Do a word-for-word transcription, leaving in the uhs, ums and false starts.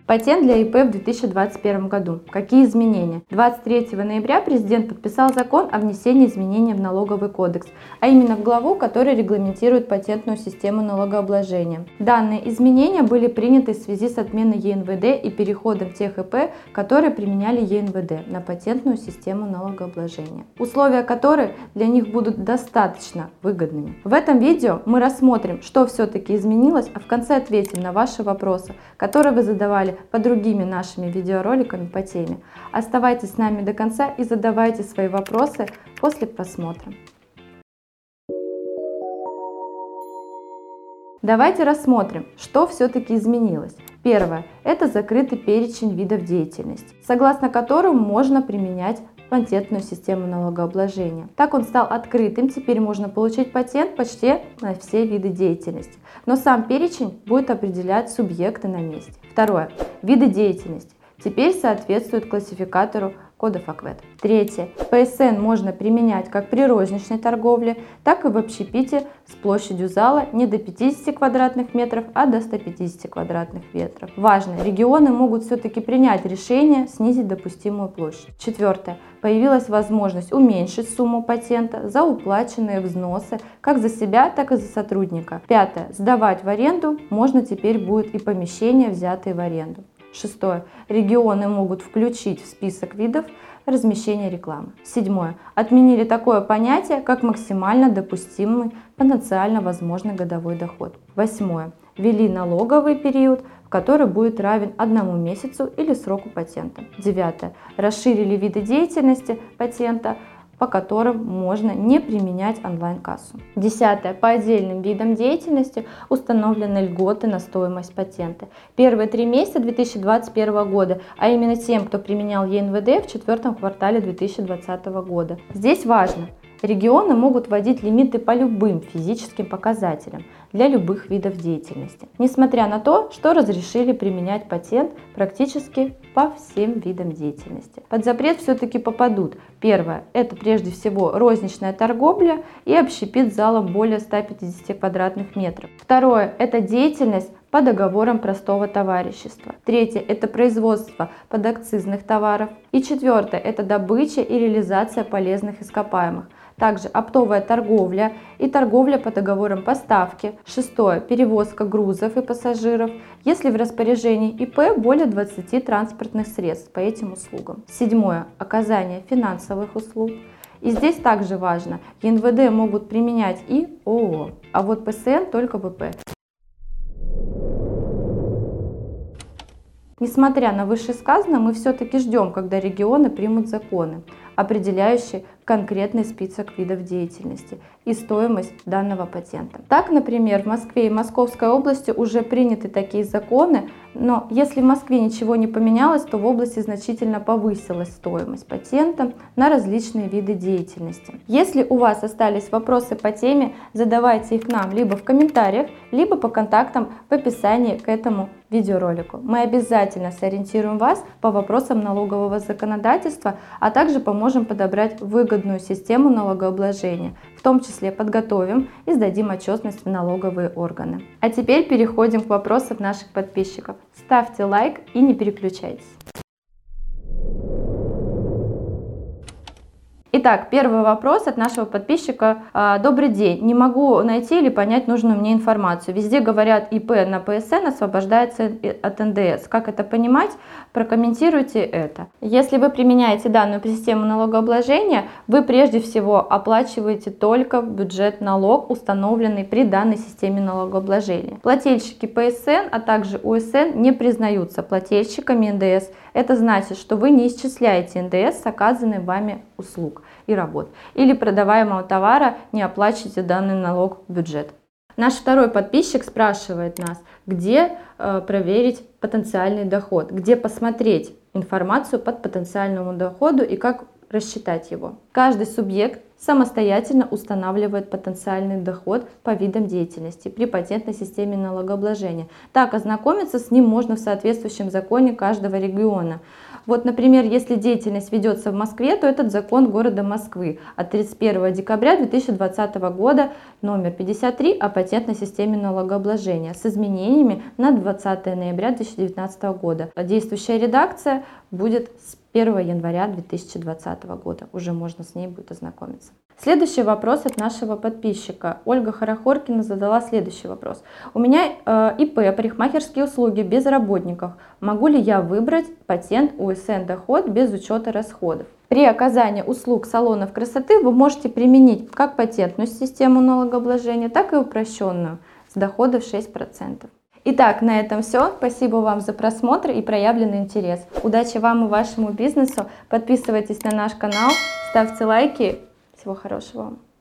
Патент для ИП в две тысячи двадцать первом году. Какие изменения? двадцать третьего ноября президент подписал закон о внесении изменений в налоговый кодекс, а именно в главу, которая регламентирует патентную систему налогообложения. Данные изменения были приняты в связи с отменой ЕНВД и переходом тех ИП, которые применяли ЕНВД, на патентную систему налогообложения, условия которой для них будут достаточно выгодными. В этом видео мы рассмотрим, что все-таки изменилось, а в конце ответим на ваши вопросы, которые вы задавали под другими нашими видеороликами по теме. Оставайтесь с нами до конца и задавайте свои вопросы после просмотра. Давайте рассмотрим, что все-таки изменилось. Первое – это закрытый перечень видов деятельности, согласно которому можно применять патентную систему налогообложения. Так он стал открытым, теперь можно получить патент почти на все виды деятельности, но сам перечень будет определять субъекты на месте. Второе. Виды деятельности теперь соответствуют классификатору кодов ОКВЭД. Третье. ПСН можно применять как при розничной торговле, так и в общепите с площадью зала не до пятидесяти квадратных метров, а до ста пятидесяти квадратных метров. Важно, регионы могут все-таки принять решение снизить допустимую площадь. Четвертое. Появилась возможность уменьшить сумму патента за уплаченные взносы как за себя, так и за сотрудника. Пятое. Сдавать в аренду можно теперь будет и помещения, взятые в аренду. Шестое. Регионы могут включить в список видов размещения рекламы. Седьмое. Отменили такое понятие, как максимально допустимый потенциально возможный годовой доход. Восьмое. Ввели налоговый период, который будет равен одному месяцу или сроку патента. Девятое. Расширили виды деятельности патента, по которым можно не применять онлайн-кассу. Десятое. По отдельным видам деятельности установлены льготы на стоимость патента. Первые три месяца две тысячи двадцать первого года, а именно тем, кто применял ЕНВД в четвертом квартале две тысячи двадцатого года. Здесь важно. Регионы могут вводить лимиты по любым физическим показателям для любых видов деятельности, несмотря на то, что разрешили применять патент практически по всем видам деятельности. Под запрет все-таки попадут. Первое – это прежде всего розничная торговля и общепит с залом более ста пятидесяти квадратных метров. Второе – это деятельность по договорам простого товарищества. Третье – это производство подакцизных товаров. И четвертое – это добыча и реализация полезных ископаемых. Также оптовая торговля и торговля по договорам поставки. Шестое. Перевозка грузов и пассажиров, если в распоряжении ИП более двадцати транспортных средств по этим услугам. Седьмое. Оказание финансовых услуг. И здесь также важно, ЕНВД могут применять и ООО, а вот ПСН только ВП. Несмотря на вышесказанное, мы все-таки ждем, когда регионы примут законы, определяющие конкретный список видов деятельности и стоимость данного патента. Так, например, в Москве и Московской области уже приняты такие законы, но если в Москве ничего не поменялось, то в области значительно повысилась стоимость патента на различные виды деятельности. Если у вас остались вопросы по теме, задавайте их нам либо в комментариях, либо по контактам в описании к этому видеоролику. Мы обязательно сориентируем вас по вопросам налогового законодательства, а также поможем подобрать выгодную систему налогообложения, в том числе подготовим и сдадим отчетность в налоговые органы. А теперь переходим к вопросам наших подписчиков. Ставьте лайк и не переключайтесь. Итак, первый вопрос от нашего подписчика. Добрый день. Не могу найти или понять нужную мне информацию. Везде говорят, ИП на ПСН освобождается от эн дэ эс. Как это понимать? Прокомментируйте это. Если вы применяете данную систему налогообложения, вы прежде всего оплачиваете только в бюджет налог, установленный при данной системе налогообложения. Плательщики ПСН, а также у эс эн не признаются плательщиками эн дэ эс. Это значит, что вы не исчисляете эн дэ эс с оказанной вами услуг и работ, или продаваемого товара не оплачиваете данный налог в бюджет. Наш второй подписчик спрашивает нас, где э, проверить потенциальный доход, где посмотреть информацию по потенциальному доходу и как рассчитать его. Каждый субъект самостоятельно устанавливает потенциальный доход по видам деятельности при патентной системе налогообложения. Так, ознакомиться с ним можно в соответствующем законе каждого региона. Вот, например, если деятельность ведется в Москве, то этот закон города Москвы от тридцать первого декабря две тысячи двадцатого года номер пятьдесят три о патентной системе налогообложения с изменениями на двадцатое ноября две тысячи девятнадцатого года. Действующая редакция будет с первого января две тысячи двадцатого года. Уже можно с ней будет ознакомиться. Следующий вопрос от нашего подписчика. Ольга Хорохоркина задала следующий вопрос. У меня э, ИП, парикмахерские услуги без работников. Могу ли я выбрать патент УСН доход без учета расходов? При оказании услуг салонов красоты вы можете применить как патентную систему налогообложения, так и упрощенную с доходов шесть процентов. Итак, на этом все. Спасибо вам за просмотр и проявленный интерес. Удачи вам и вашему бизнесу. Подписывайтесь на наш канал, ставьте лайки. Всего хорошего вам.